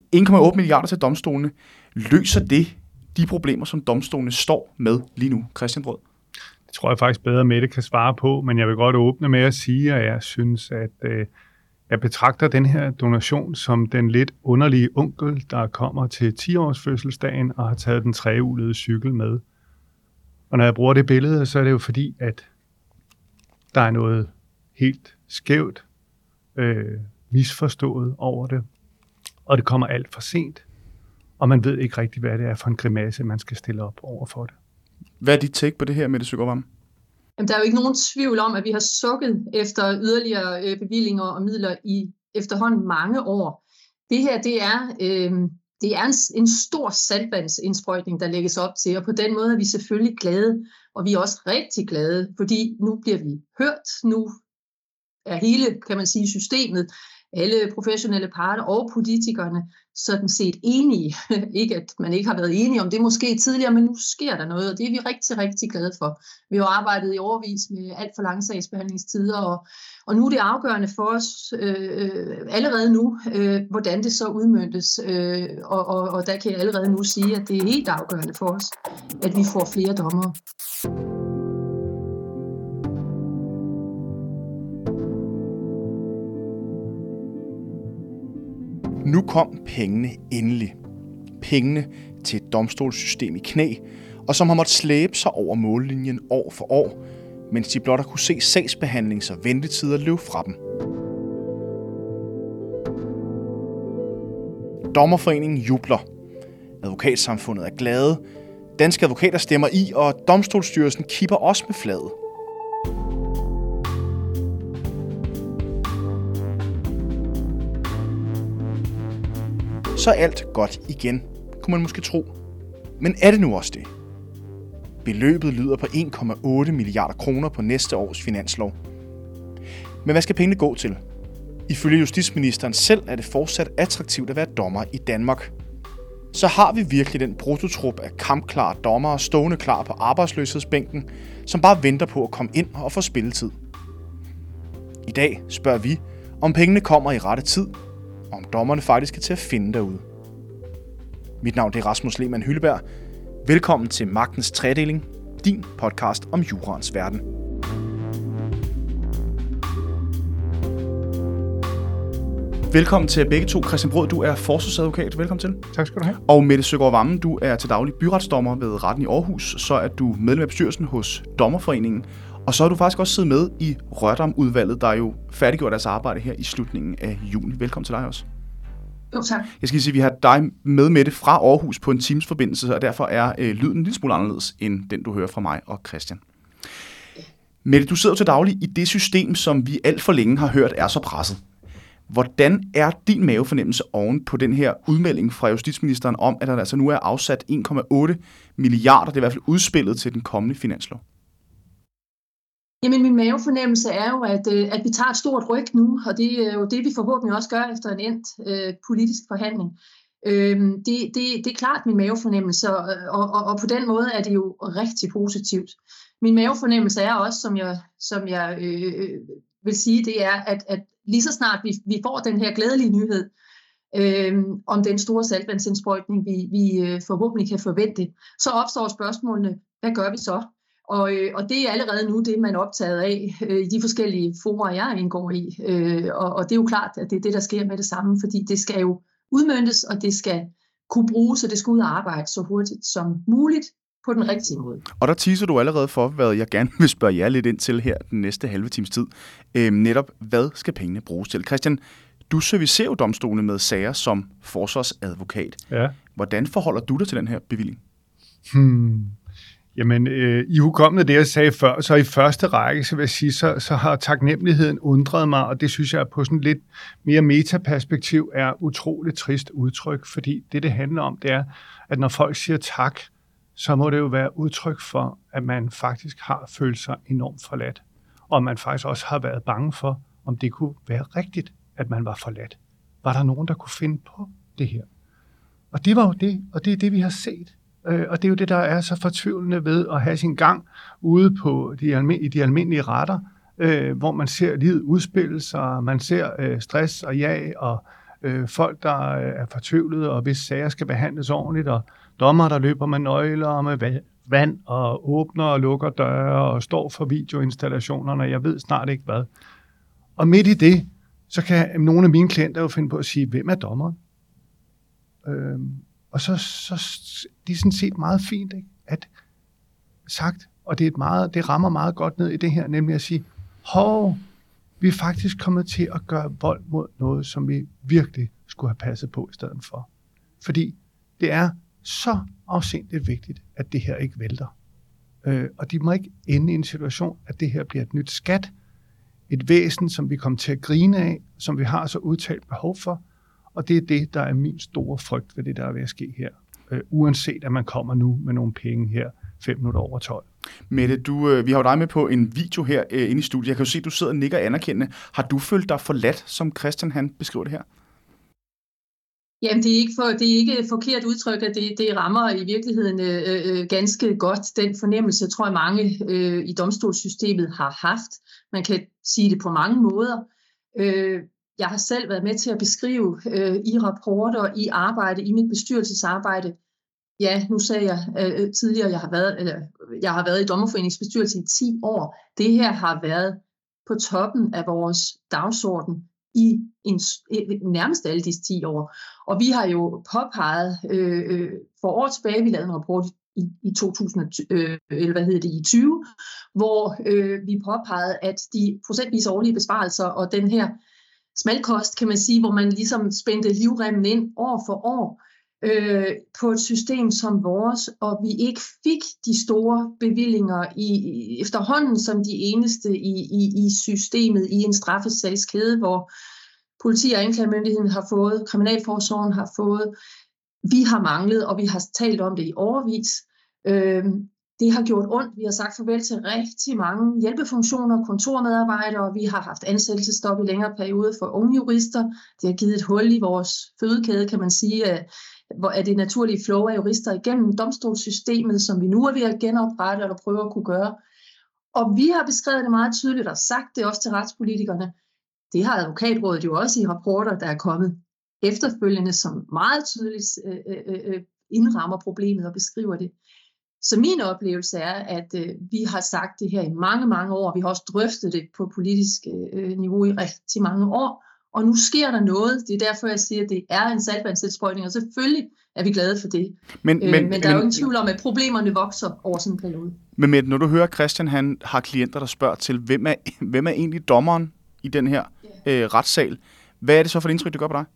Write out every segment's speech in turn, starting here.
1,8 milliarder til domstolene. Løser det de problemer, som domstolene står med lige nu? Christian Brød? Det tror jeg faktisk bedre, Mette kan svare på, men jeg vil godt åbne med at sige, at jeg synes, at jeg betragter den her donation som den lidt underlige onkel, der kommer til 10-års fødselsdagen og har taget den trehjulede cykel med. Og når jeg bruger det billede, så er det jo fordi, at der er noget helt skævt, misforstået over det, og det kommer alt for sent, og man ved ikke rigtig, hvad det er for en grimasse, man skal stille op over for det. Hvad er dit take på det her, Mette Søgaard-Varm? Jamen, der er jo ikke nogen tvivl om, at vi har sukket efter yderligere bevillinger og midler i efterhånden mange år. Det her, det er en stor saltvandsindsprøjtning, der lægges op til, og på den måde er vi selvfølgelig glade, og vi er også rigtig glade, fordi nu bliver vi hørt, nu er hele, kan man sige, systemet, alle professionelle parter og politikerne sådan set enige. Ikke at man ikke har været enige om det måske tidligere, men nu sker der noget, og det er vi rigtig, rigtig glade for. Vi har arbejdet i årevis med alt for lange sagsbehandlingstider, og nu er det afgørende for os allerede nu, hvordan det så udmøntes. Og der kan jeg allerede nu sige, at det er helt afgørende for os, at vi får flere dommere. Nu kom pengene endelig. Pengene til et domstolssystem i knæ, og som har måttet slæbe sig over mållinjen år for år, mens de blot har kunne se sagsbehandlings- og ventetider løbe fra dem. Dommerforeningen jubler. Advokatsamfundet er glade. Danske advokater stemmer i, og Domstolsstyrelsen kipper også med flaget. Så er alt godt igen, kunne man måske tro. Men er det nu også det? Beløbet lyder på 1,8 milliarder kroner på næste års finanslov. Men hvad skal pengene gå til? Ifølge justitsministeren selv er det fortsat attraktivt at være dommer i Danmark. Så har vi virkelig den bruttotrup af kampklare dommere stående klar på arbejdsløshedsbænken, som bare venter på at komme ind og få spilletid. I dag spørger vi, om pengene kommer i rette tid, og om dommerne faktisk er til at finde derude. Mit navn er Rasmus Lehmann Hylleberg. Velkommen til Magtens Tredeling, din podcast om juraens verden. Velkommen til begge to. Christian Brød, du er forsvarsadvokat. Velkommen til. Tak skal du have. Og Mette Søgaard-Varm, du er til daglig byretsdommer ved Retten i Aarhus. Så er du medlem af bestyrelsen hos Dommerforeningen. Og så har du faktisk også siddet med i Rørdam-udvalget, der jo færdiggjort deres arbejde her i slutningen af juni. Velkommen til dig også. Jo, tak. Jeg skal sige, at vi har dig med Mette fra Aarhus på en Teams-forbindelse, og derfor er lyden en lille smule anderledes end den, du hører fra mig og Christian. Mette, du sidder jo til daglig i det system, som vi alt for længe har hørt er så presset. Hvordan er din mavefornemmelse oven på den her udmelding fra justitsministeren om, at der altså nu er afsat 1,8 milliarder, det er i hvert fald udspillet til den kommende finanslov? Jamen, min mavefornemmelse er jo, at vi tager et stort ryg nu, og det er jo det, vi forhåbentlig også gør efter en endt politisk forhandling. Det er klart min mavefornemmelse, og på den måde er det jo rigtig positivt. Min mavefornemmelse er også, som jeg vil sige, det er, at lige så snart vi får den her glædelige nyhed om den store saltvandsindsprøjtning, vi forhåbentlig kan forvente, så opstår spørgsmålene, hvad gør vi så? Og det er allerede nu det, man er optaget af i de forskellige fora, jeg indgår i. Og det er jo klart, at det er det, der sker med det samme, fordi det skal jo udmøntes, og det skal kunne bruges, og det skal ud og arbejde så hurtigt som muligt på den rigtige måde. Og der teaser du allerede for, hvad jeg gerne vil spørge jer lidt ind til her den næste halve times tid. Netop, hvad skal pengene bruges til? Christian, du servicerer jo domstolene med sager som forsvarsadvokat. Ja. Hvordan forholder du dig til den her bevilling? Jamen, i hukommende det, jeg sagde før, så i første række, så vil jeg sige, så har taknemmeligheden undret mig, og det synes jeg på sådan lidt mere metaperspektiv er utroligt trist udtryk, fordi det handler om, det er, at når folk siger tak, så må det jo være udtryk for, at man faktisk har følt sig enormt forladt, og man faktisk også har været bange for, om det kunne være rigtigt, at man var forladt. Var der nogen, der kunne finde på det her? Og det var jo det, og det er det, vi har set. Og det er jo det, der er så fortvivlende ved at have sin gang ude på i de almindelige retter, hvor man ser livet udspille sig, man ser stress og jag og folk, der er fortvivlede, og hvis sager skal behandles ordentligt, og dommer, der løber med nøgler og med vand, og åbner og lukker døre, og står for videoinstallationerne, jeg ved snart ikke hvad. Og midt i det, så kan nogle af mine klienter jo finde på at sige, hvem er dommeren? Og så det er sådan set meget fint, ikke? At sagt, og det rammer meget godt ned i det her, nemlig at sige, vi er faktisk kommet til at gøre vold mod noget, som vi virkelig skulle have passet på i stedet for. Fordi det er så afsindigt vigtigt, at det her ikke vælter. Og de må ikke ende i en situation, at det her bliver et nyt skat, et væsen, som vi kommer til at grine af, som vi har så udtalt behov for, og det er det, der er min store frygt ved det, der er ved at ske her. Uanset at man kommer nu med nogle penge her 5 minutter over 12. Mette, vi har jo dig med på en video her inde i studiet. Jeg kan jo se, at du sidder og nikker anerkendende. Har du følt dig forladt, som Christian han beskriver det her? Jamen, det er ikke et forkert udtryk, at det rammer i virkeligheden ganske godt den fornemmelse, tror jeg mange i domstolssystemet har haft. Man kan sige det på mange måder. Jeg har selv været med til at beskrive i rapporter, i arbejde, i mit bestyrelsesarbejde. Ja, nu sagde jeg tidligere, jeg har været i Dommerforeningens bestyrelse i 10 år. Det her har været på toppen af vores dagsorden i nærmest alle disse 10 år. Og vi har jo påpeget for år tilbage, vi lavede en rapport i 2020, hvor vi påpegede, at de procentvis årlige besparelser og den her smalkost, kan man sige, hvor man ligesom spændte livremmen ind år for år på et system som vores, og vi ikke fik de store bevillinger efterhånden som de eneste i systemet i en straffesagskæde, hvor politi- og anklagemyndigheden har fået, kriminalforsorgen har fået. Vi har manglet, og vi har talt om det i årevis. Det har gjort ondt. Vi har sagt farvel til rigtig mange hjælpefunktioner, kontormedarbejdere, vi har haft ansættelsesstop i længere perioder for unge jurister. Det har givet et hul i vores fødekæde, kan man sige, hvor er det naturlige flow af jurister igennem domstolssystemet, som vi nu er ved at genoprette eller prøve at kunne gøre. Og vi har beskrevet det meget tydeligt og sagt det også til retspolitikerne. Det har advokatrådet jo også i rapporter, der er kommet efterfølgende, som meget tydeligt indrammer problemet og beskriver det. Så min oplevelse er, at vi har sagt det her i mange, mange år. Vi har også drøftet det på politisk niveau i rigtig mange år. Og nu sker der noget. Det er derfor, jeg siger, at det er en saltvandsindsprøjtning, og selvfølgelig er vi glade for det. Men der er jo ingen tvivl om, at problemerne vokser over sådan en periode. Men når du hører, Christian han har klienter, der spørger til, hvem er egentlig dommeren i den her retssal, hvad er det så for et indtryk, det gør på dig?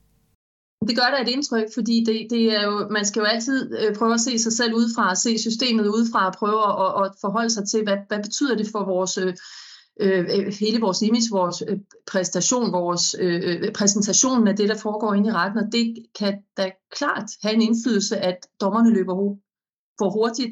Det gør da et indtryk, fordi det er jo, man skal jo altid prøve at se sig selv udefra, se systemet udefra og prøve at forholde sig til, hvad betyder det for vores hele vores image, vores præstation, vores præsentation af det, der foregår inde i retten, og det kan da klart have en indflydelse, at dommerne løber for hurtigt,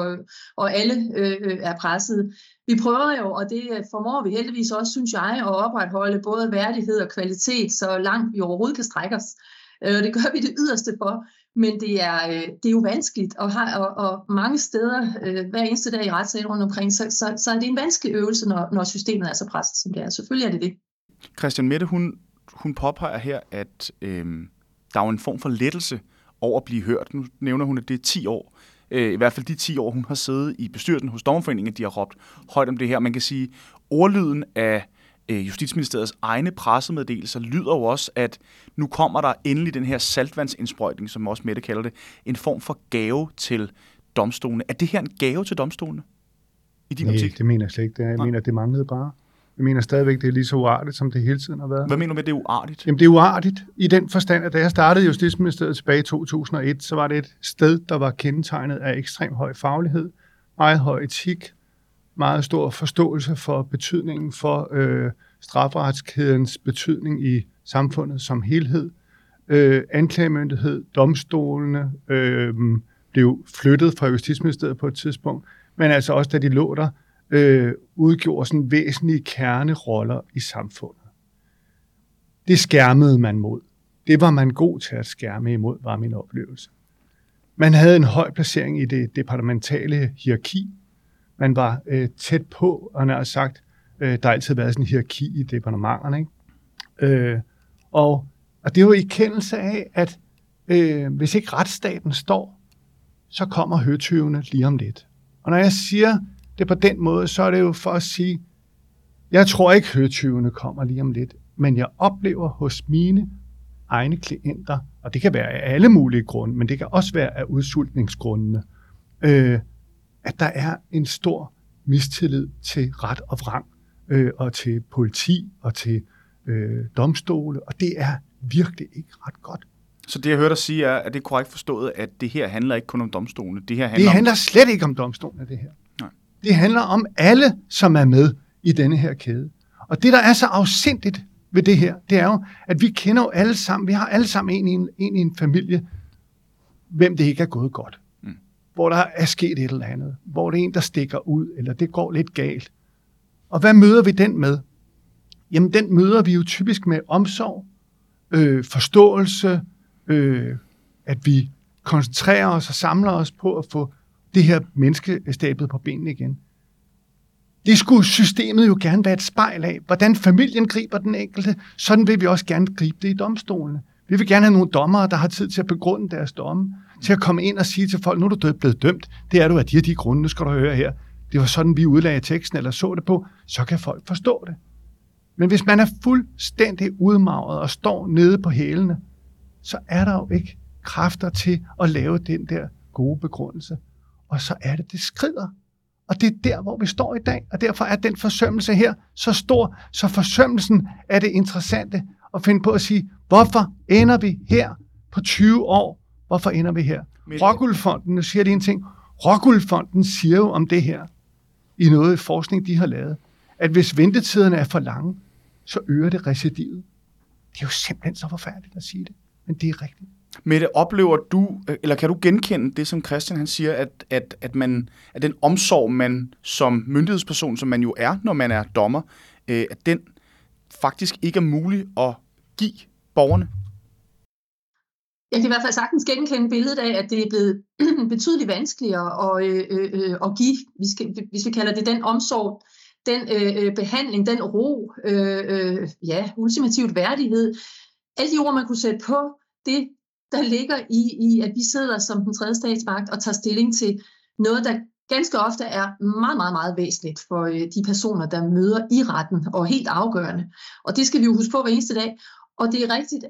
og alle er presset. Vi prøver jo, og det formår vi heldigvis også, synes jeg, at opretholde både værdighed og kvalitet, så langt vi overhovedet kan strække os. Det gør vi det yderste for, men det er jo vanskeligt, og mange steder, hver eneste dag i retssalen rundt omkring, så er det en vanskelig øvelse, når systemet er så presset, som det er. Selvfølgelig er det det. Christian Mette, hun påpeger her, at der er en form for lettelse over at blive hørt. Nu nævner hun, at det er 10 år. I hvert fald de 10 år, hun har siddet i bestyrelsen hos Dommerforeningen, de har råbt højt om det her. Man kan sige, ordlyden af Justitsministeriets egne pressemeddelelser lyder jo også, at nu kommer der endelig den her saltvandsindsprøjtning, som også Mette kalder det, en form for gave til domstolene. Er det her en gave til domstolene? I din optik? Nej, det mener jeg slet ikke. Jeg mener, det manglede bare. Jeg mener stadigvæk, det er lige så uartigt, som det hele tiden har været. Hvad mener du med, det er uartigt? Jamen, det er uartigt i den forstand, at da jeg startede Justitsministeriet tilbage i 2001, så var det et sted, der var kendetegnet af ekstremt høj faglighed, meget høj etik, meget stor forståelse for betydningen for strafferetskædens betydning i samfundet som helhed. Anklagemyndighed, domstolene blev flyttet fra Justitsministeriet på et tidspunkt, men altså også da de lå der, udgjorde sådan væsentlige kerneroller i samfundet. Det skærmede man mod. Det var man god til at skærme imod, var min oplevelse. Man havde en høj placering i det departementale hierarki. Man var tæt på, og nær sagt, der har altid været sådan en hierarki i departementerne, ikke? Og Og det er jo i kendelse af, at hvis ikke retsstaten står, så kommer høtyvene lige om lidt. Og når jeg siger det på den måde, så er det jo for at sige, jeg tror ikke, høtyvene kommer lige om lidt, men jeg oplever hos mine egne klienter, og det kan være af alle mulige grunde, men det kan også være af udsultningsgrundene, at der er en stor mistillid til ret og vrang, og til politi og til domstole, og det er virkelig ikke ret godt. Så det, jeg hørte dig sige, er, at det er korrekt forstået, at det her handler ikke kun om domstolene. Det handler slet ikke om domstolene, det her. Nej. Det handler om alle, som er med i denne her kæde. Og det, der er så afsindigt ved det her, det er jo, at vi kender jo alle sammen, vi har alle sammen en i en familie, hvem det ikke er gået godt. Hvor der er sket et eller andet. Hvor det er en, der stikker ud, eller det går lidt galt. Og hvad møder vi den med? Jamen, den møder vi jo typisk med omsorg, forståelse, at vi koncentrerer os og samler os på at få det her menneske stablet på benene igen. Det skulle systemet jo gerne være et spejl af. Hvordan familien griber den enkelte, sådan vil vi også gerne gribe det i domstolene. Vi vil gerne have nogle dommere, der har tid til at begrunde deres domme, til at komme ind og sige til folk, nu er du blevet dømt, det er du af de grunde, nu skal du høre her. Det var sådan, vi udlagde teksten, eller så det på, så kan folk forstå det. Men hvis man er fuldstændig udmagret og står nede på hælene, så er der jo ikke kræfter til at lave den der gode begrundelse. Og så er det skrider. Og det er der, hvor vi står i dag. Og derfor er den forsømmelse her så stor, så forsømmelsen er det interessante at finde på at sige, hvorfor ender vi her på 20 år? Hvorfor ender vi her? Rockwool-fonden, nu siger de en ting. Rockwool-fonden siger jo om det her, i noget forskning, de har lavet, at hvis ventetiderne er for lange, så øger det recidivet. Det er jo simpelthen så forfærdeligt at sige det, men det er rigtigt. Mette, oplever du, eller kan du genkende det, som Christian han siger, at den omsorg, man som myndighedsperson, som man jo er, når man er dommer, at den faktisk ikke er mulig at give borgerne? Jeg kan i hvert fald sagtens genkende billedet af, at det er blevet betydeligt vanskeligere at give, hvis vi kalder det den omsorg, den behandling, den ro, ultimativt værdighed. Alle de ord, man kunne sætte på det, der ligger i, at vi sidder som den tredje statsmagt og tager stilling til noget, der ganske ofte er meget, meget, meget væsentligt for de personer, der møder i retten, og helt afgørende. Og det skal vi jo huske på hver eneste dag. Og det er rigtigt,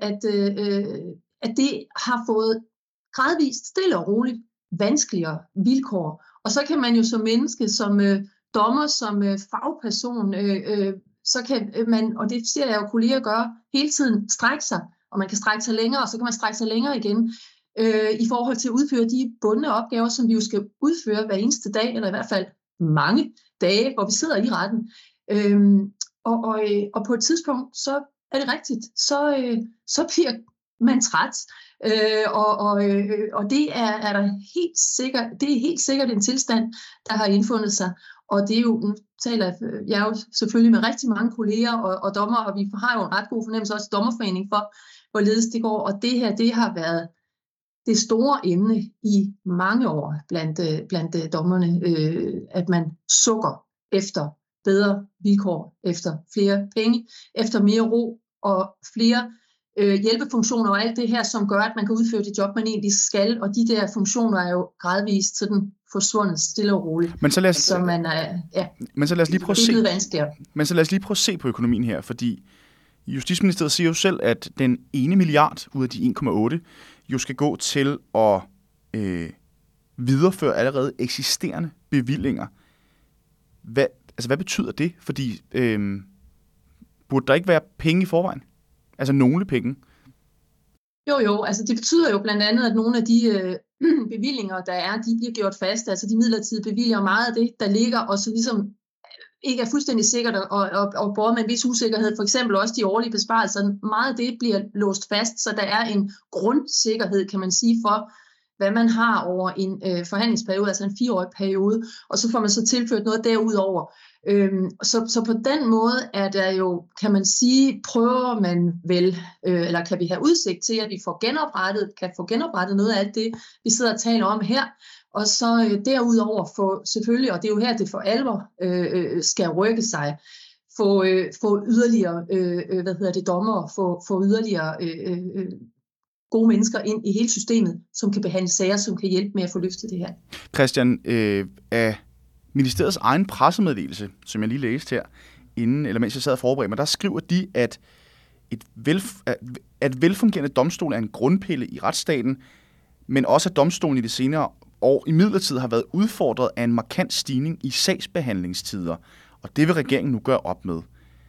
at det har fået gradvist, stille og roligt, vanskeligere vilkår. Og så kan man jo som menneske, som dommer, som fagperson, så kan man, og det ser jeg jo kolleger gøre, hele tiden strække sig, og man kan strække sig længere, og så kan man strække sig længere igen, i forhold til at udføre de bundne opgaver, som vi jo skal udføre hver eneste dag, eller i hvert fald mange dage, hvor vi sidder i retten. Og på et tidspunkt, så er det rigtigt, så bliver man træt, og det er der helt sikkert, det er helt sikkert en tilstand, der har indfundet sig. Og det er jo, nu taler jeg jo selvfølgelig med rigtig mange kolleger og dommer, og vi har jo en ret god fornemmelse også i dommerforening for, hvorledes det går. Og det her, det har været det store emne i mange år blandt dommerne, at man sukker efter bedre vilkår, efter flere penge, efter mere ro og flere hjælpefunktioner og alt det her, som gør, at man kan udføre det job, man egentlig skal. Og de der funktioner er jo gradvist sådan forsvundet stille og roligt. Men så lad os lige prøve at se på økonomien her, fordi Justitsministeriet siger jo selv, at den 1 milliard ud af de 1,8 jo skal gå til at videreføre allerede eksisterende bevillinger. Hvad betyder det? Fordi burde der ikke være penge i forvejen? Altså nogle penge? Jo, altså det betyder jo blandt andet, at nogle af de bevillinger, der er, de bliver gjort fast, altså de midlertidige bevillinger, meget af det, der ligger, og så ligesom ikke er fuldstændig sikkert og båret med en vis usikkerhed, for eksempel også de årlige besparelser, meget af det bliver låst fast, så der er en grundsikkerhed, kan man sige, for hvad man har over en forhandlingsperiode, altså en 4-årig periode, og så får man så tilført noget derudover. Så på den måde er der jo, kan man sige, prøver man vel, eller kan vi have udsigt til, at vi kan få genoprettet noget af alt det, vi sidder og taler om her, og så derudover få selvfølgelig, og det er jo her, det for alvor skal rykke sig, få yderligere dommere, få yderligere gode mennesker ind i hele systemet, som kan behandle sager, som kan hjælpe med at få løftet det her. Christian, af ministeriets egen pressemeddelelse, som jeg lige læste her, mens jeg sad og forberedte mig, der skriver de, at velfungerende domstol er en grundpille i retsstaten, men også at domstolen i de senere år imidlertid har været udfordret af en markant stigning i sagsbehandlingstider, og det vil regeringen nu gøre op med.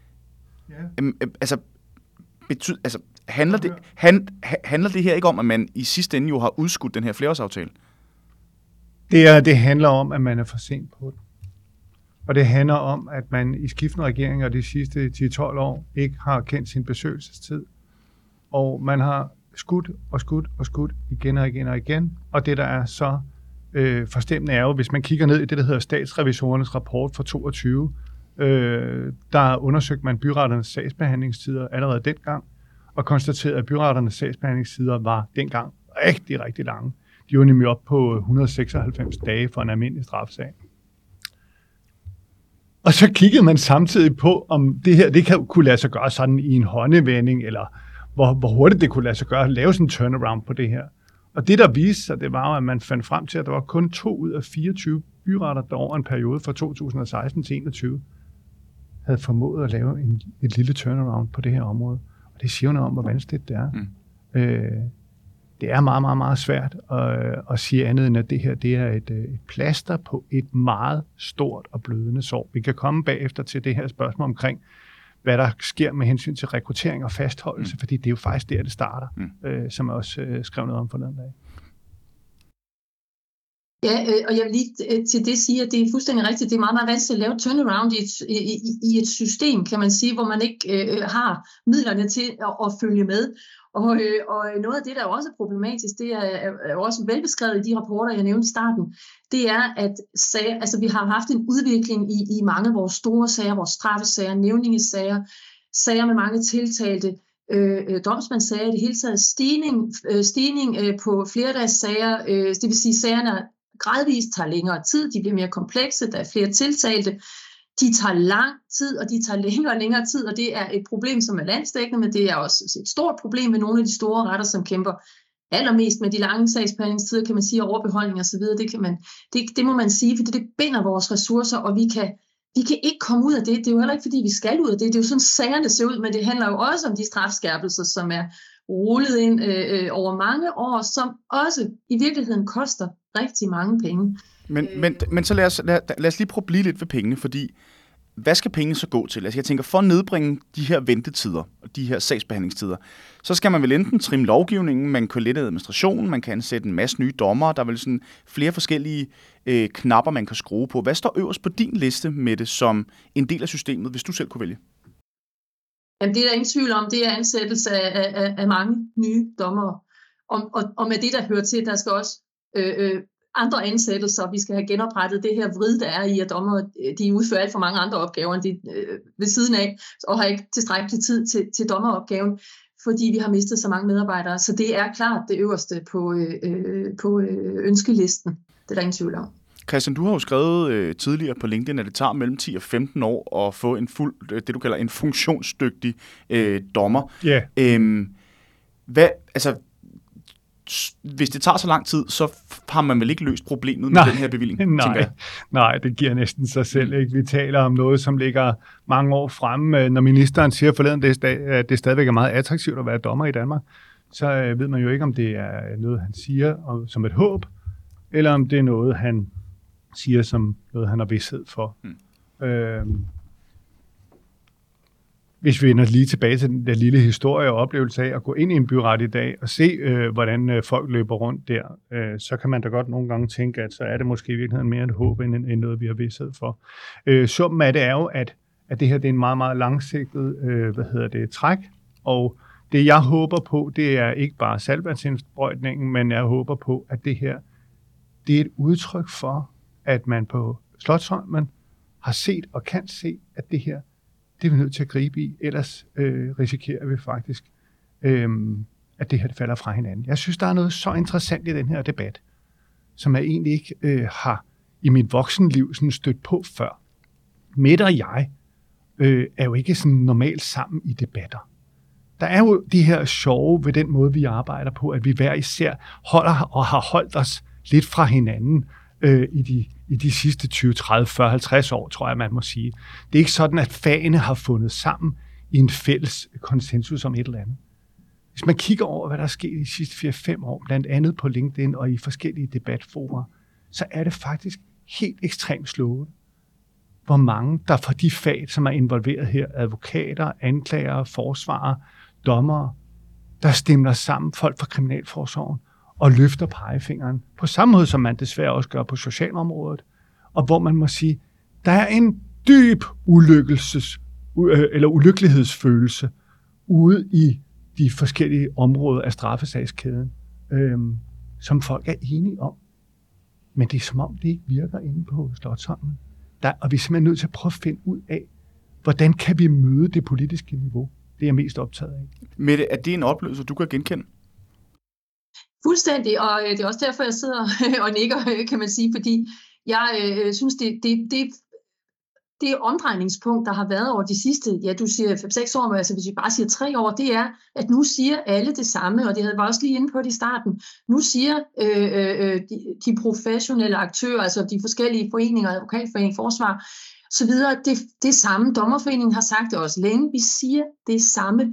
Ja. Handler det her ikke om, at man i sidste ende jo har udskudt den her flerårsaftale? Det handler om, at man er for sent på det. Og det handler om, at man i skiftende regeringer de sidste 10-12 år ikke har kendt sin besøgelsestid. Og man har skudt igen og igen. Og det, der er så forstemmende, er jo, hvis man kigger ned i det, der hedder Statsrevisorernes rapport fra 22, der undersøgte man byretternes sagsbehandlingstider allerede dengang, og konstaterede, at byretternes sagsbehandlingstider var dengang rigtig, rigtig lange. De var nemlig op på 196 dage for en almindelig straffesag. Og så kiggede man samtidig på, om det her det kunne lade sig gøre sådan i en håndevending, eller hvor hurtigt det kunne lade sig gøre at lave sådan en turnaround på det her. Og det, der viste sig, det var, at man fandt frem til, at der var kun 2 ud af 24 byretter, der over en periode fra 2016 til 2021 havde formået at lave et lille turnaround på det her område. Og det siger jo noget om, hvor vanskeligt det er. Det er meget, meget, meget svært at sige andet end, at det her det er et plaster på et meget stort og blødende sår. Vi kan komme bagefter til det her spørgsmål omkring, hvad der sker med hensyn til rekruttering og fastholdelse, fordi det er jo faktisk der, det starter, som jeg også skrev noget om forleden dag. Ja, og jeg vil lige til det sige, at det er fuldstændig rigtigt. Det er meget, meget vanskeligt at lave turnaround i et system, kan man sige, hvor man ikke har midlerne til at følge med. Og noget af det, der er også problematisk, det er også velbeskrevet i de rapporter, jeg nævnte i starten, det er, at vi har haft en udvikling i mange af vores store sager, vores straffesager, nævningesager, sager med mange tiltalte, domsmandssager i det hele taget, stigning på flerdagssager, det vil sige, sagerne gradvist tager længere tid, de bliver mere komplekse, der er flere tiltalte, de tager lang tid, og de tager længere og længere tid, og det er et problem, som er landsdækkende, men det er også et stort problem med nogle af de store retter, som kæmper allermest med de lange sagsbehandlingstider, kan man sige, overbeholdning og så videre. Det må man sige, fordi det binder vores ressourcer, og vi kan ikke komme ud af det. Det er jo heller ikke, fordi vi skal ud af det. Det er jo sådan, sagerne ser ud, men det handler jo også om de strafskærpelser, som er rullet ind over mange år, som også i virkeligheden koster rigtig mange penge. Men så lad os lige prøve at blive lidt ved pengene, fordi hvad skal pengene så gå til? Altså jeg tænker, for at nedbringe de her ventetider og de her sagsbehandlingstider, så skal man vel enten trimme lovgivningen, man kan lette administrationen, man kan ansætte en masse nye dommere, der er vel sådan flere forskellige knapper, man kan skrue på. Hvad står øverst på din liste, Mette, som en del af systemet, hvis du selv kunne vælge? Jamen, det er der ingen tvivl om. Det er ansættelse af mange nye dommere. Og med det, der hører til, der skal også andre ansættelser. Vi skal have genoprettet det her vrid, der er i, at dommere de udfører alt for mange andre opgaver, end de ved siden af, og har ikke tilstrækkelig tid til dommeropgaven, fordi vi har mistet så mange medarbejdere. Så det er klart det øverste på ønskelisten. Det er der ingen tvivl om. Christian, du har jo skrevet tidligere på LinkedIn, at det tager mellem 10 og 15 år at få en fuld, det du kalder en funktionsdygtig dommer. Yeah. Hvis det tager så lang tid, så har man vel ikke løst problemet med den her bevilling? Nej, det giver næsten sig selv. Ikke? Vi taler om noget, som ligger mange år fremme. Når ministeren siger forleden, at det stadigvæk er meget attraktivt at være dommer i Danmark, så ved man jo ikke, om det er noget, han siger som et håb, eller om det er noget, han siger som noget, han har vidsthed for. Hvis vi vender lige tilbage til den der lille historie og oplevelse af at gå ind i en byret i dag og se, hvordan folk løber rundt der, så kan man da godt nogle gange tænke, at så er det måske i virkeligheden mere et håb, end noget, vi har vidsthed for. Summen af det er jo, at det her det er en meget, meget langsigtet træk, og det jeg håber på, det er ikke bare saltvandsindsprøjtningen, men jeg håber på, at det her det er et udtryk for, at man på Slotsholmen har set og kan se, at det her det er vi nødt til at gribe i, ellers risikerer vi faktisk, at det her det falder fra hinanden. Jeg synes, der er noget så interessant i den her debat, som jeg egentlig ikke har i mit voksenliv sådan stødt på før. Mette og jeg er jo ikke sådan normalt sammen i debatter. Der er jo de her sjove ved den måde, vi arbejder på, at vi hver især holder og har holdt os lidt fra hinanden i de sidste 20, 30, 40, 50 år, tror jeg, man må sige. Det er ikke sådan, at fagene har fundet sammen i en fælles konsensus om et eller andet. Hvis man kigger over, hvad der er sket i de sidste 4-5 år, blandt andet på LinkedIn og i forskellige debatforer, så er det faktisk helt ekstremt slående, hvor mange der fra de fag, som er involveret her, advokater, anklagere, forsvarere, dommere, der stemmer sammen, folk fra kriminalforsorgen, og løfter pegefingeren, på samme måde, som man desværre også gør på socialområdet, og hvor man må sige, der er en dyb ulykkelighedsfølelse ude i de forskellige områder af straffesagskæden, som folk er enige om. Men det er som om, det ikke virker inde på Slotsholmen. Og vi er simpelthen nødt til at prøve at finde ud af, hvordan kan vi møde det politiske niveau. Det er jeg mest optaget af. Mette, er det en oplevelse, du kan genkende? Fuldstændig, og det er også derfor, jeg sidder og nikker, kan man sige, fordi jeg synes, det omdrejningspunkt, der har været over de sidste, ja, du siger 5-6 år, men altså hvis vi bare siger 3 år, det er, at nu siger alle det samme, og det havde vi også lige inde på det i starten. Nu siger de professionelle aktører, altså de forskellige foreninger, advokatforening, forsvar, så videre, det samme. Dommerforeningen har sagt det også længe. Vi siger det samme.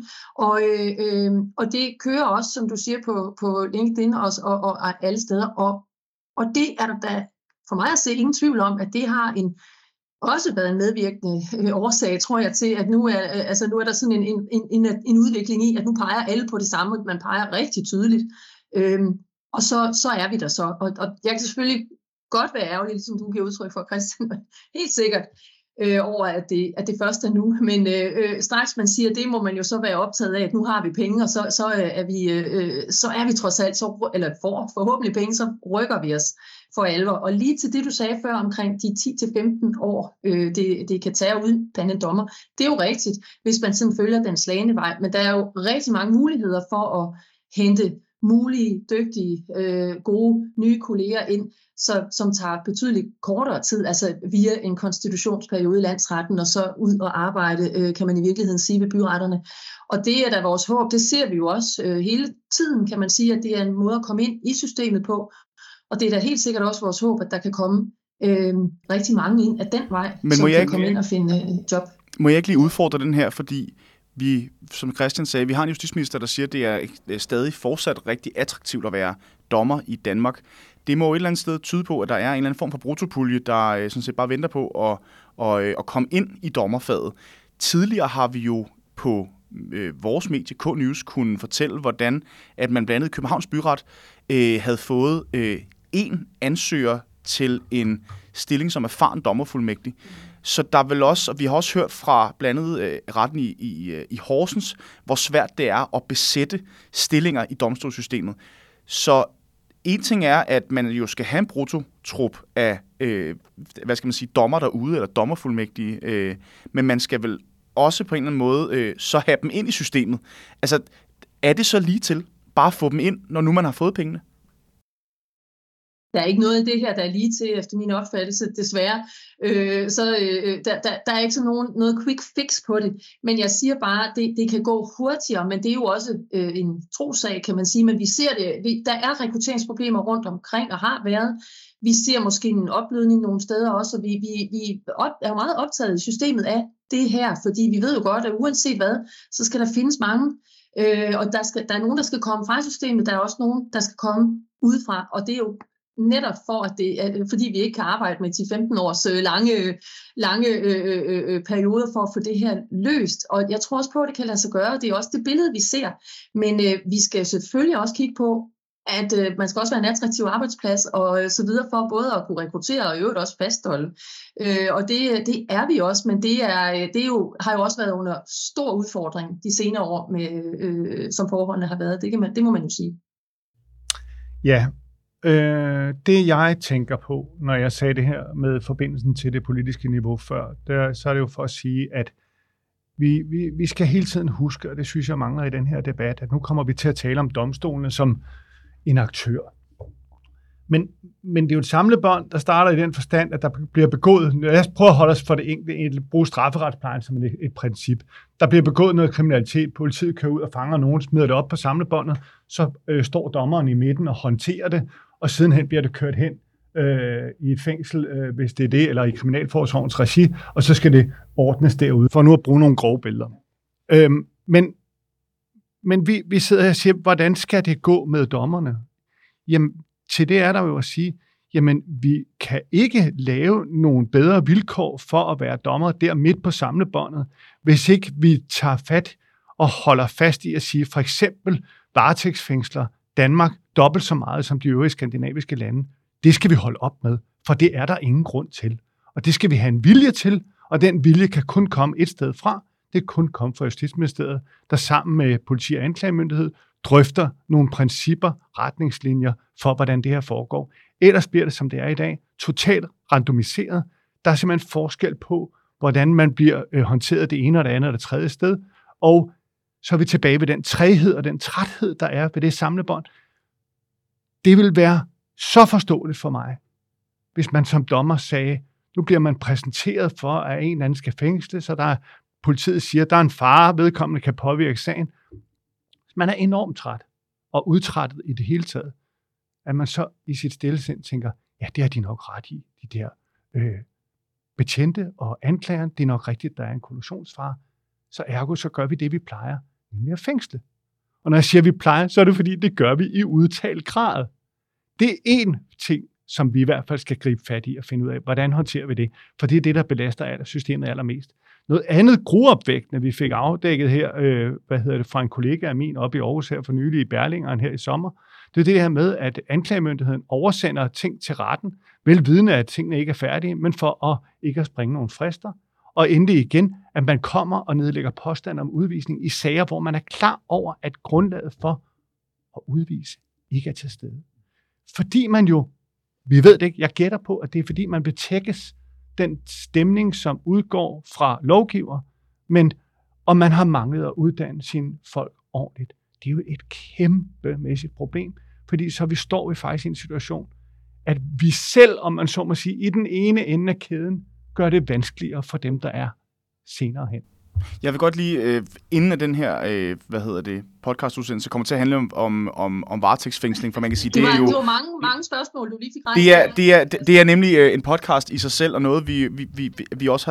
Og det kører også, som du siger, på LinkedIn og alle steder. Og det er der da for mig at se ingen tvivl om, at det har også været en medvirkende årsag, tror jeg, til, at nu er der sådan en udvikling i, at nu peger alle på det samme, man peger rigtig tydeligt. Og så er vi der så. Og jeg kan selvfølgelig godt være ærgerlig, ligesom du giver udtryk for, Christian, helt sikkert, over at det først er nu. Men straks man siger, det må man jo så være optaget af, at nu har vi penge, og så er vi trods alt, eller får forhåbentlig penge, så rykker vi os for alvor. Og lige til det, du sagde før omkring de 10-15 år, det kan tage ud på en dommer, det er jo rigtigt, hvis man sådan følger den slagne vej. Men der er jo rigtig mange muligheder for at hente mulige, dygtige, gode, nye kolleger ind, som tager betydeligt kortere tid, altså via en konstitutionsperiode i landsretten, og så ud og arbejde, kan man i virkeligheden sige, ved byretterne. Og det er da vores håb, det ser vi jo også hele tiden, kan man sige, at det er en måde at komme ind i systemet på, og det er da helt sikkert også vores håb, at der kan komme rigtig mange ind af den vej, som kan komme ind og finde job. Må jeg ikke lige udfordre den her, fordi vi, som Christian sagde, vi har en justitsminister, der siger, at det er stadig fortsat rigtig attraktivt at være dommer i Danmark. Det må et eller andet sted tyde på, at der er en eller anden form for bruttopulje, der sådan set bare venter på at komme ind i dommerfaget. Tidligere har vi jo på vores medie, K-News, kunne fortælle, hvordan at man blandt andet i Københavns Byret havde fået en ansøger til en stilling som erfaren dommerfuldmægtig. Så der vil også, og vi har også hørt fra blandt andet retten i Horsens, hvor svært det er at besætte stillinger i domstolssystemet. Så en ting er, at man jo skal have en bruttotrup af, dommer derude, eller dommerfuldmægtige, men man skal vel også på en eller anden måde så have dem ind i systemet. Altså, er det så lige til bare at få dem ind, når nu man har fået pengene? Der er ikke noget i det her, der er lige til, efter min opfattelse, desværre. Der er ikke sådan noget quick fix på det. Men jeg siger bare, at det kan gå hurtigere, men det er jo også en trosag, kan man sige. Men vi ser det, der er rekrutteringsproblemer rundt omkring, og har været. Vi ser måske en opblødning nogle steder også, og vi er jo meget optaget i systemet af det her, fordi vi ved jo godt, at uanset hvad, så skal der findes mange. Og der er nogen, der skal komme fra systemet, der er også nogen, der skal komme udefra, og det er jo netop fordi vi ikke kan arbejde med 10-15 års lange perioder for at få det her løst. Og jeg tror også på, at det kan lade sig gøre. Det er også det billede, vi ser. Men vi skal selvfølgelig også kigge på, at man skal også være en attraktiv arbejdsplads og så videre for både at kunne rekruttere og i øvrigt også fastholde. Og det er vi også, men det har jo også været under stor udfordring de senere år, som forholdene har været. Det må man jo sige. Ja. Det jeg tænker på, når jeg sagde det her med forbindelsen til det politiske niveau før, så er det jo for at sige, at vi skal hele tiden huske, og det synes jeg mangler i den her debat, at nu kommer vi til at tale om domstolene som en aktør. Men det er jo et samlebånd, der starter i den forstand, at der bliver begået, lad os prøve at holde os for det enkelte, bruge strafferetsplejen som et princip. Der bliver begået noget kriminalitet, politiet kører ud og fanger nogen, smider det op på samlebåndet, så står dommeren i midten og håndterer det, og sidenhen bliver det kørt hen i et fængsel, hvis det er det, eller i kriminalforsorgens regi, og så skal det ordnes derude, for nu at bruge nogle grove billeder. Men vi sidder her og siger, hvordan skal det gå med dommerne? Jamen, til det er der jo at sige, jamen, vi kan ikke lave nogle bedre vilkår for at være dommer der midt på samlebåndet, hvis ikke vi tager fat og holder fast i at sige, for eksempel varetægtsfængsler Danmark dobbelt så meget som de øvrige skandinaviske lande. Det skal vi holde op med, for det er der ingen grund til. Og det skal vi have en vilje til, og den vilje kan kun komme et sted fra. Det kan kun komme fra Justitsministeriet, der sammen med politi og anklagemyndighed drøfter nogle principper, retningslinjer for, hvordan det her foregår. Ellers bliver det, som det er i dag, totalt randomiseret. Der er simpelthen forskel på, hvordan man bliver håndteret det ene og det andet og det tredje sted. Og så er vi tilbage ved den træghed og den træthed, der er ved det samlebånd. Det vil være så forståeligt for mig, hvis man som dommer sagde, nu bliver man præsenteret for, at en eller anden skal fængsles, så der politiet siger, at der er en fare, vedkommende kan påvirke sagen. Man er enormt træt og udtrættet i det hele taget, at man så i sit stillesind tænker, ja, det har de nok ret i, de der betjente og anklageren, det er nok rigtigt, der er en kollusionsfare, så ergo så gør vi det, vi plejer, nemlig at fængsle. Og når jeg siger, vi plejer, så er det fordi, det gør vi i udtalt grad. Det er én ting, som vi i hvert fald skal gribe fat i og finde ud af, hvordan håndterer vi det, for det er det, der belaster systemet allermest. Noget andet gruopvækkende, vi fik afdækket her, fra en kollega af min oppe i Aarhus her for nylig i Berlingeren her i sommer, det er det her med, at anklagemyndigheden oversender ting til retten, velvidende at tingene ikke er færdige, men for at ikke at springe nogle frister. Og endelig igen, at man kommer og nedlægger påstand om udvisning i sager, hvor man er klar over, at grundlaget for at udvise ikke er til stede. Fordi man jo, vi ved det ikke, jeg gætter på, at det er fordi man betækkes den stemning, som udgår fra lovgiver, men om man har manglet at uddanne sine folk ordentligt. Det er jo et kæmpemæssigt problem, fordi så står vi faktisk i en situation, at vi selv, om man så må sige, i den ene ende af kæden, gør det vanskeligere for dem, der er senere hen. Jeg vil godt lige, inden af den her, podcastudsendelse kommer til at handle om varetægtsfængsling, for man kan sige, det er jo... Det var mange spørgsmål, du lige fik rejst. Det er nemlig en podcast i sig selv, og noget, vi også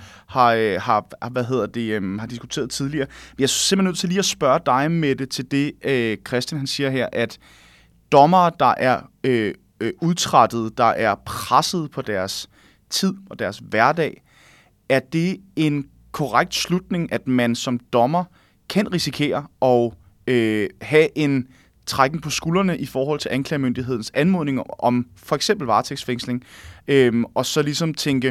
har diskuteret tidligere. Jeg er simpelthen nødt til lige at spørge dig, Mette, til det, Christian han siger her, at dommere, der er udtrættet, der er presset på deres tid og deres hverdag, er det en korrekt slutning, at man som dommer kan risikere at have en trækken på skuldrene i forhold til anklagemyndighedens anmodninger om for eksempel varetægtsfængsling, og så ligesom tænke,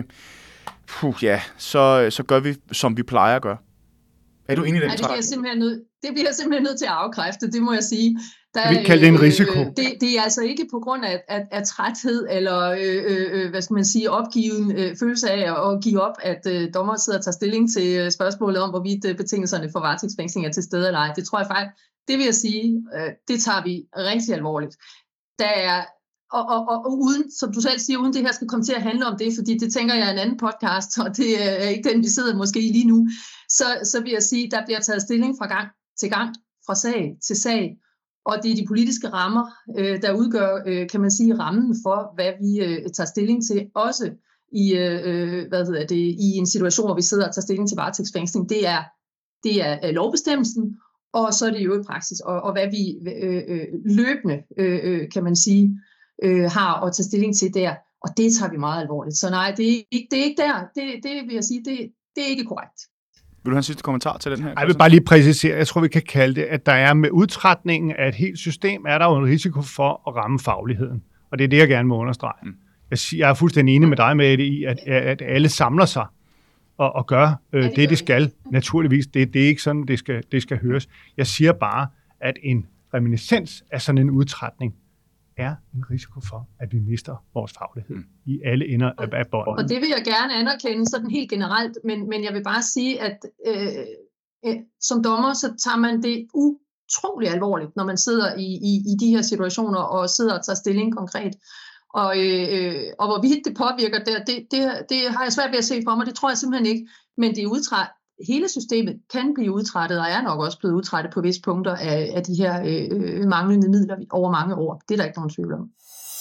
så gør vi, som vi plejer at gøre. Er du enig i den? Det bliver jeg simpelthen nødt til at afkræfte, det må jeg sige. Vi kalder det en risiko. Det er altså ikke på grund af træthed eller opgiven følelse af at give op, at dommer sidder og tager stilling til spørgsmålet om, hvorvidt betingelserne for varetægtsfængsling er til stede eller ej. Det tror jeg faktisk, det vil jeg sige, det tager vi rigtig alvorligt. Der er, og uden, som du selv siger, uden det her skal komme til at handle om det, fordi det tænker jeg er en anden podcast, og det er ikke den, vi sidder måske i lige nu, så vil jeg sige, der bliver taget stilling fra gang til gang, fra sag til sag, og det er de politiske rammer, der udgør, kan man sige, rammen for, hvad vi tager stilling til, også i, i en situation, hvor vi sidder og tager stilling til varetægtsfængsling. Det er lovbestemmelsen, og så er det jo i praksis, og hvad vi løbende, kan man sige, har at tage stilling til der, og det tager vi meget alvorligt. Så nej, det er ikke der. Det vil jeg sige, det er ikke korrekt. Vil du have en sidste kommentar til den her? Jeg vil bare lige præcisere, jeg tror, vi kan kalde det, at der er med udtrætningen af et helt system, er der jo en risiko for at ramme fagligheden. Og det er det, jeg gerne må understrege. Jeg er fuldstændig enig med dig med det i, at alle samler sig og gør det, de skal. Naturligvis, det er ikke sådan, det skal høres. Jeg siger bare, at en reminiscens af sådan en udtrætning er en risiko for, at vi mister vores faglighed i alle ender af båndet. Og det vil jeg gerne anerkende sådan helt generelt, men jeg vil bare sige, at som dommer, så tager man det utrolig alvorligt, når man sidder i de her situationer og sidder og tager stilling konkret. Og hvorvidt det påvirker det har jeg svært ved at se for mig. Det tror jeg simpelthen ikke. Men det er hele systemet kan blive udtrættet, og er nok også blevet udtrættet på visse punkter af de her manglende midler over mange år. Det er der ikke nogen tvivl om.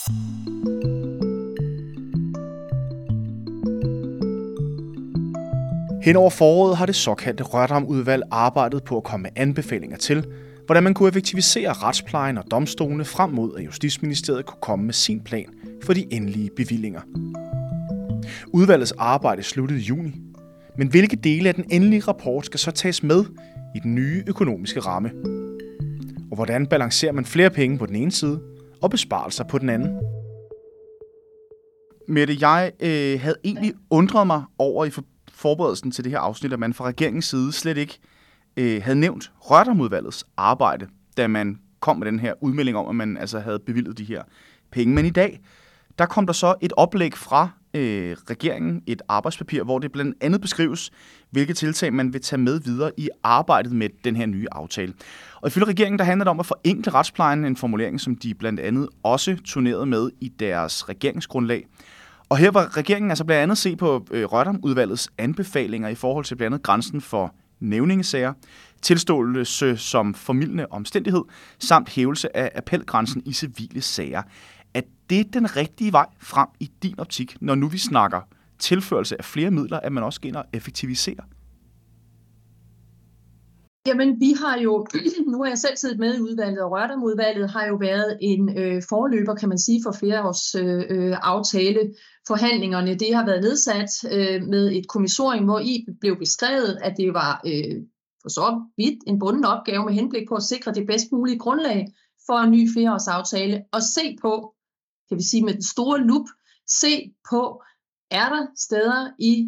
Hen over foråret har det såkaldte Rørdam-udvalg arbejdet på at komme med anbefalinger til, hvordan man kunne effektivisere retsplejen og domstolene frem mod, at Justitsministeriet kunne komme med sin plan for de endelige bevillinger. Udvalgets arbejde sluttede i juni, men hvilke dele af den endelige rapport skal så tages med i den nye økonomiske ramme? Og hvordan balancerer man flere penge på den ene side og besparelser på den anden? Mette, jeg havde egentlig undret mig over i forberedelsen til det her afsnit, at man fra regeringens side slet ikke havde nævnt Rørdam-udvalgets arbejde, da man kom med den her udmelding om, at man altså havde bevilget de her penge. Men i dag, der kom der så et oplæg fra regeringen, et arbejdspapir, hvor det blandt andet beskrives, hvilke tiltag man vil tage med videre i arbejdet med den her nye aftale. Og ifølge regeringen, der handler det om at forenkle retsplejen, en formulering, som de blandt andet også turnerede med i deres regeringsgrundlag. Og her var regeringen altså blandt andet se på Rørdam-udvalgets anbefalinger i forhold til blandt andet grænsen for nævningesager, tilståelse som formildende omstændighed, samt hævelse af appelgrænsen i civile sager. Er det den rigtige vej frem i din optik, når nu vi snakker tilførelse af flere midler, at man også skal ind og effektivisere? Jamen, vi har jo, nu har jeg selv siddet med i udvalget, og Rørdam-udvalget har jo været en forløber, kan man sige, for flereårs aftaleforhandlingerne. Det har været nedsat med et kommissorium, hvor i blev beskrevet, at det var for så vidt en bunden opgave med henblik på at sikre det bedst mulige grundlag for en ny flereårsaftale, og se på, kan vi sige med den store lup, se på, er der steder i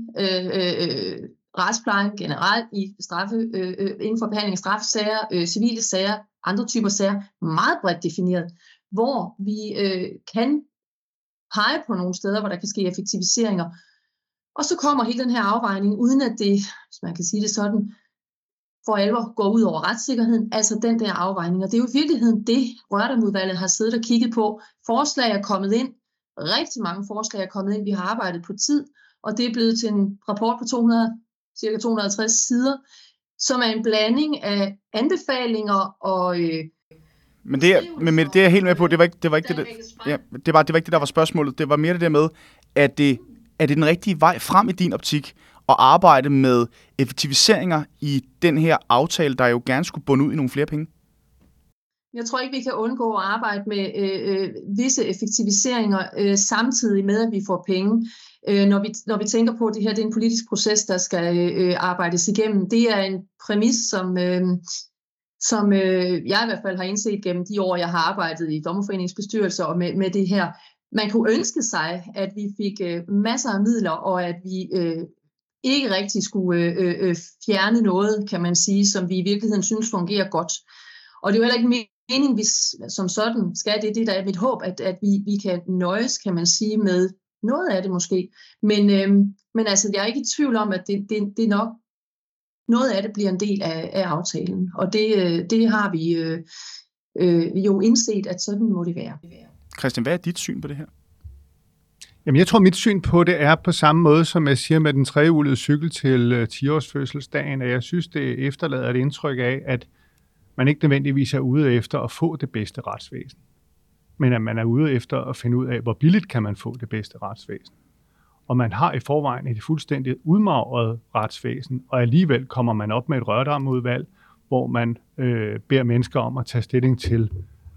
retsplejen generelt i inden for behandling af straffesager, civile sager, andre typer sager, meget bredt defineret, hvor vi kan pege på nogle steder, hvor der kan ske effektiviseringer. Og så kommer hele den her afvejning, uden at det, hvis man kan sige det sådan, for alvor går ud over retssikkerheden, altså den der afvejning. Og det er jo i virkeligheden det, Rørdam-udvalget har siddet og kigget på. Forslag er kommet ind, rigtig mange forslag er kommet ind, vi har arbejdet på tid, og det er blevet til en rapport på cirka 250 sider, som er en blanding af anbefalinger og... Men det er jeg helt med på, det var ikke det, der var spørgsmålet. Det var mere det der med, at det er den rigtige vej frem i din optik at arbejde med effektiviseringer i den her aftale, der jo gerne skulle bunde ud i nogle flere penge? Jeg tror ikke, vi kan undgå at arbejde med visse effektiviseringer samtidig med, at vi får penge. Når vi tænker på, at det her det er en politisk proces, der skal arbejdes igennem. Det er en præmis, som jeg i hvert fald har indset gennem de år, jeg har arbejdet i Dommerforeningens bestyrelse og med det her. Man kunne ønske sig, at vi fik masser af midler, og at vi ikke rigtig skulle fjerne noget, kan man sige, som vi i virkeligheden synes fungerer godt. Og det er jo heller ikke meningen, vi som sådan skal det. Det der er mit håb, at vi kan nøjes, kan man sige, med noget af det måske. Men altså, jeg er ikke i tvivl om, at det nok noget af det bliver en del af aftalen. Og det har vi jo indset, at sådan må det være. Christian, hvad er dit syn på det her? Jamen, jeg tror, mit syn på det er på samme måde, som jeg siger med den trehjulede cykel til 10-årsfødselsdagen, at jeg synes, det efterlader et indtryk af, at man ikke nødvendigvis er ude efter at få det bedste retsvæsen, men at man er ude efter at finde ud af, hvor billigt kan man få det bedste retsvæsen. Og man har i forvejen et fuldstændig udmagret retsvæsen, og alligevel kommer man op med et Rørdam-udvalg, hvor man beder mennesker om at tage stilling til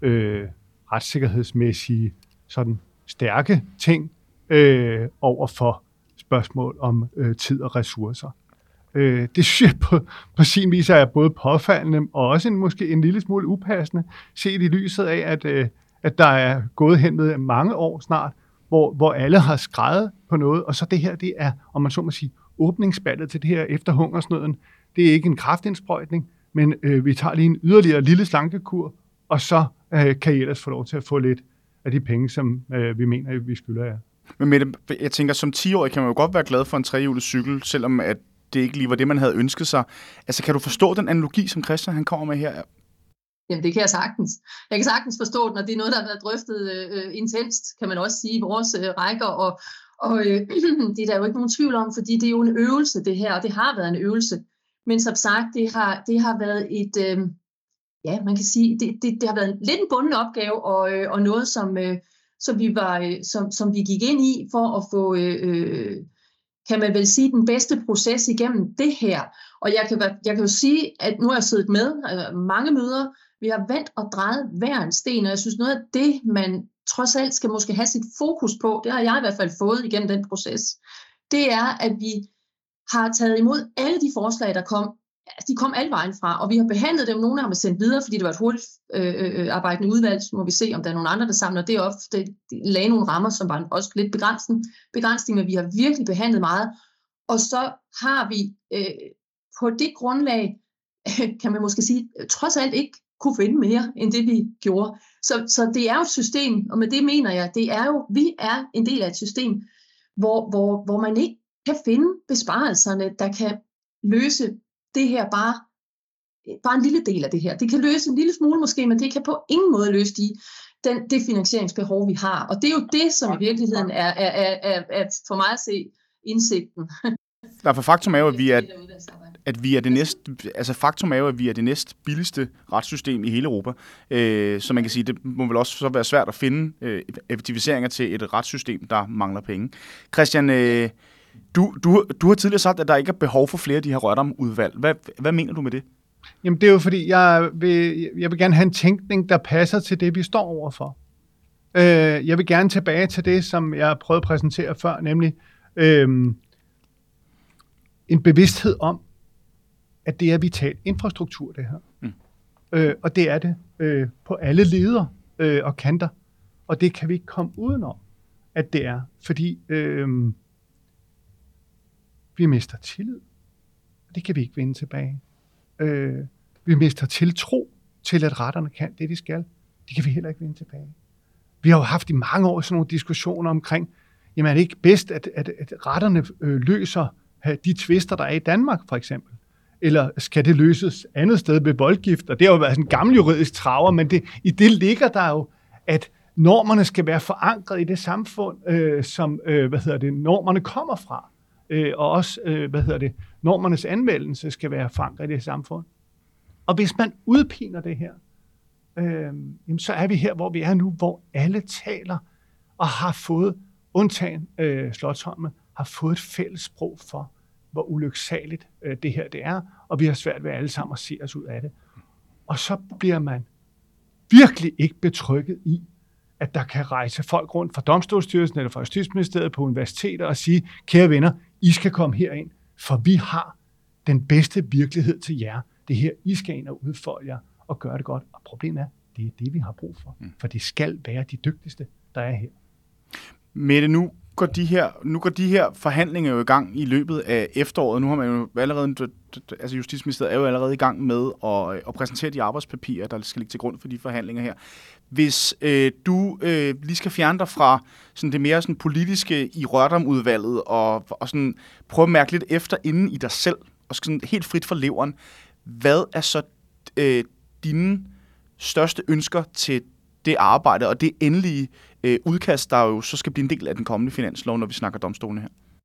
retssikkerhedsmæssige sådan stærke ting over for spørgsmål om tid og ressourcer. Det synes jeg på sin vis er både påfaldende og også måske en lille smule upassende, set i lyset af, at der er gået hen med mange år snart, hvor alle har skreget på noget, og så det her, det er, om man så må sige, åbningsballet til det her efter hungersnøden. Det er ikke en kraftindsprøjtning, men vi tager lige en yderligere lille slankekur, og så kan I ellers få lov til at få lidt af de penge, som vi mener, vi skylder jer. Men Mette, jeg tænker, som 10-årig kan man jo godt være glad for en trehjulet cykel, selvom at det ikke lige var det, man havde ønsket sig. Altså, kan du forstå den analogi, som Christian han kommer med her? Jamen, det kan jeg sagtens. Jeg kan sagtens forstå det, når det er noget, der har været drøftet intenst, kan man også sige, i vores rækker, og det er der jo ikke nogen tvivl om, fordi det er jo en øvelse, det her, og det har været en øvelse. Men som sagt, det har været et, man kan sige, det har været lidt en bunden opgave, og noget, som vi gik ind i for at få, kan man vel sige, den bedste proces igennem det her. Og jeg kan jo sige, at nu har jeg siddet med mange møder, vi har vendt og drejet hver en sten, og jeg synes noget af det, man trods alt skal måske have sit fokus på, det har jeg i hvert fald fået igennem den proces, det er, at vi har taget imod alle de forslag, der kom. De kom alle vejen fra, og vi har behandlet dem. Nogle har vi sendt videre, fordi det var et hurtigt arbejdende udvalg. Så må vi se, om der er nogle andre, der samler det op. Det lagde nogle rammer, som var også lidt begrænsning, men vi har virkelig behandlet meget. Og så har vi på det grundlag, kan man måske sige, trods alt ikke kunne finde mere, end det vi gjorde. Så det er jo et system, og med det mener jeg, vi er en del af et system, hvor man ikke kan finde besparelserne, der kan løse det her bare en lille del af det her. Det kan løse en lille smule måske, men det kan på ingen måde løse det finansieringsbehov, vi har. Og det er jo det, som i virkeligheden er for mig at se indsigten. For faktum er jo, at vi er det næst billigste retssystem i hele Europa. Så man kan sige, det må vel også så være svært at finde effektiviseringer til et retssystem, der mangler penge. Christian, du har tidligere sagt, at der ikke er behov for flere af de her Rørdam-udvalg. Hvad mener du med det? Jamen det er jo fordi, jeg vil gerne have en tænkning, der passer til det, vi står overfor. Jeg vil gerne tilbage til det, som jeg prøvede at præsentere før, nemlig en bevidsthed om, at det er vital infrastruktur, det her. Og det er det på alle leder og kanter. Og det kan vi ikke komme udenom, at det er. Fordi vi mister tillid. Og det kan vi ikke vende tilbage. Vi mister tiltro til, at retterne kan det, de skal. Det kan vi heller ikke vende tilbage. Vi har jo haft i mange år sådan nogle diskussioner omkring, jamen er det ikke bedst, at retterne løser de tvister, der er i Danmark, for eksempel? Eller skal det løses andet sted ved voldgift? Og det har jo været sådan en gammel juridisk traver, men i det ligger der jo, at normerne skal være forankret i det samfund, som normerne kommer fra. Og også, normernes anvendelse skal være forankret i det samfund. Og hvis man udpiner det her, så er vi her, hvor vi er nu, hvor alle taler og har fået, undtagen Slotsholmen, har fået et fælles sprog for, hvor ulyksaligt det her det er, og vi har svært ved alle sammen at se os ud af det. Og så bliver man virkelig ikke betrygget i, at der kan rejse folk rundt fra Domstolsstyrelsen eller fra Justitsministeriet på universiteter og sige, kære venner, I skal komme herind, for vi har den bedste virkelighed til jer. Det her, I skal ind og udfolde jer og gøre det godt. Og problemet er, det er det, vi har brug for. For det skal være de dygtigste, der er her. Mette, nu går de her forhandlinger jo i gang i løbet af efteråret. Nu har man jo allerede, altså Justitsministeriet er jo allerede i gang med at præsentere de arbejdspapirer, der skal ligge til grund for de forhandlinger her. Hvis du lige skal fjerne dig fra sådan det mere sådan politiske i Rørdam-udvalget og sådan prøve at mærke lidt efter inden i dig selv, og sådan helt frit fra leveren, hvad er så dine største ønsker til det arbejde og det endelige udkast, der jo så skal blive en del af den kommende finanslov, når vi snakker domstolene her?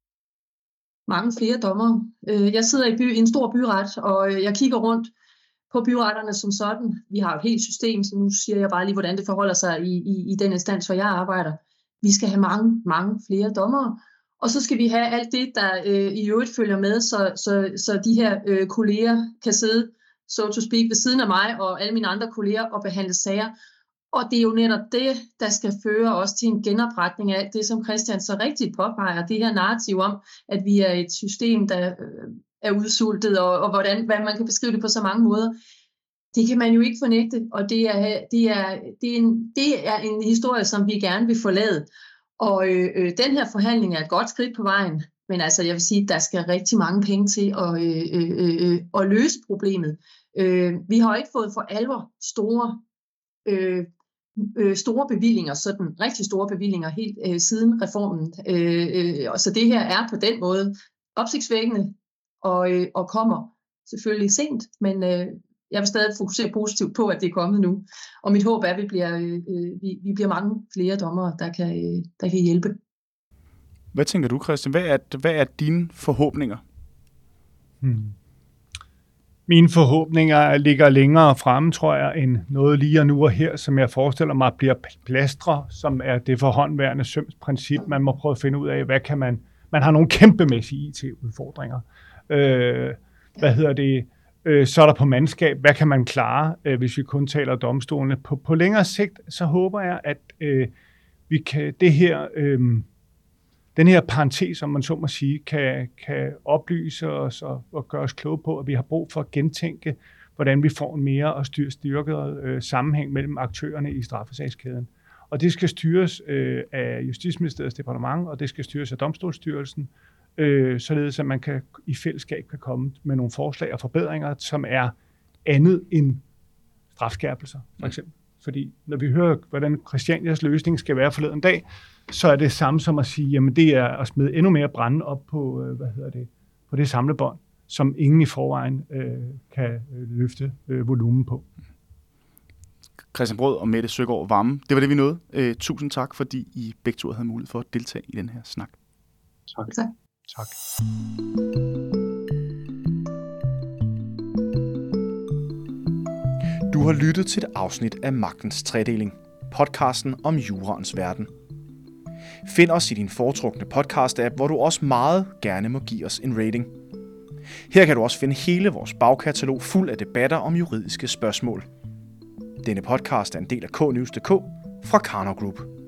Mange flere dommere. Jeg sidder i en stor byret, og jeg kigger rundt på byretterne som sådan. Vi har et helt system, så nu siger jeg bare lige, hvordan det forholder sig i den instans, hvor jeg arbejder. Vi skal have mange, mange flere dommere. Og så skal vi have alt det, der i øvrigt følger med, så de her kolleger kan sidde, so to speak, ved siden af mig og alle mine andre kolleger og behandle sager. Og det er jo netop det, der skal føre os til en genopretning af det, som Christian så rigtigt påpeger, det her narrativ om, at vi er et system, der er udsultet, og hvad man kan beskrive det på så mange måder. Det kan man jo ikke fornægte, og det er en historie, som vi gerne vil forlade. Og den her forhandling er et godt skridt på vejen, men altså jeg vil sige, at der skal rigtig mange penge til at løse problemet. Vi har ikke fået for alvor store bevillinger, sådan rigtig store bevillinger helt siden reformen. Så det her er på den måde opsigtsvækkende og kommer selvfølgelig sent, men jeg vil stadig fokusere positivt på, at det er kommet nu. Og mit håb er, at vi bliver mange flere dommere, der kan hjælpe. Hvad tænker du, Christian? Hvad er dine forhåbninger? Mine forhåbninger ligger længere fremme, tror jeg, end noget lige nu og her, som jeg forestiller mig bliver plastre, som er det forhåndværende sømsprincip. Man må prøve at finde ud af, hvad kan man har nogle kæmpemæssige IT-udfordringer. Så er der på mandskab, hvad kan man klare, hvis vi kun taler domstolene. På længere sigt, så håber jeg, at vi kan den her parentes, som man så må sige, kan oplyse os og gøre os kloge på, at vi har brug for at gentænke, hvordan vi får en mere og styrket sammenhæng mellem aktørerne i straffesagskæden. Og det skal styres af Justitsministeriets departement, og det skal styres af Domstolsstyrelsen, således at man i fællesskab kan komme med nogle forslag og forbedringer, som er andet end strafskærpelser, for eksempel. Fordi når vi hører, hvordan Christianias løsning skal være forleden dag, så er det samme som at sige, jamen det er at smide endnu mere brænde op på, på det samlebånd, som ingen i forvejen kan løfte volumen på. Christian Brød og Mette Søgaard Wammen, det var det, vi nåede. Tusind tak, fordi I begge to havde mulighed for at deltage i den her snak. Tak. Du har lyttet til et afsnit af Magtens Tredeling, podcasten om juraens verden. Find os i din foretrukne podcast-app, hvor du også meget gerne må give os en rating. Her kan du også finde hele vores bagkatalog fuld af debatter om juridiske spørgsmål. Denne podcast er en del af KNews.dk fra Karnov Group.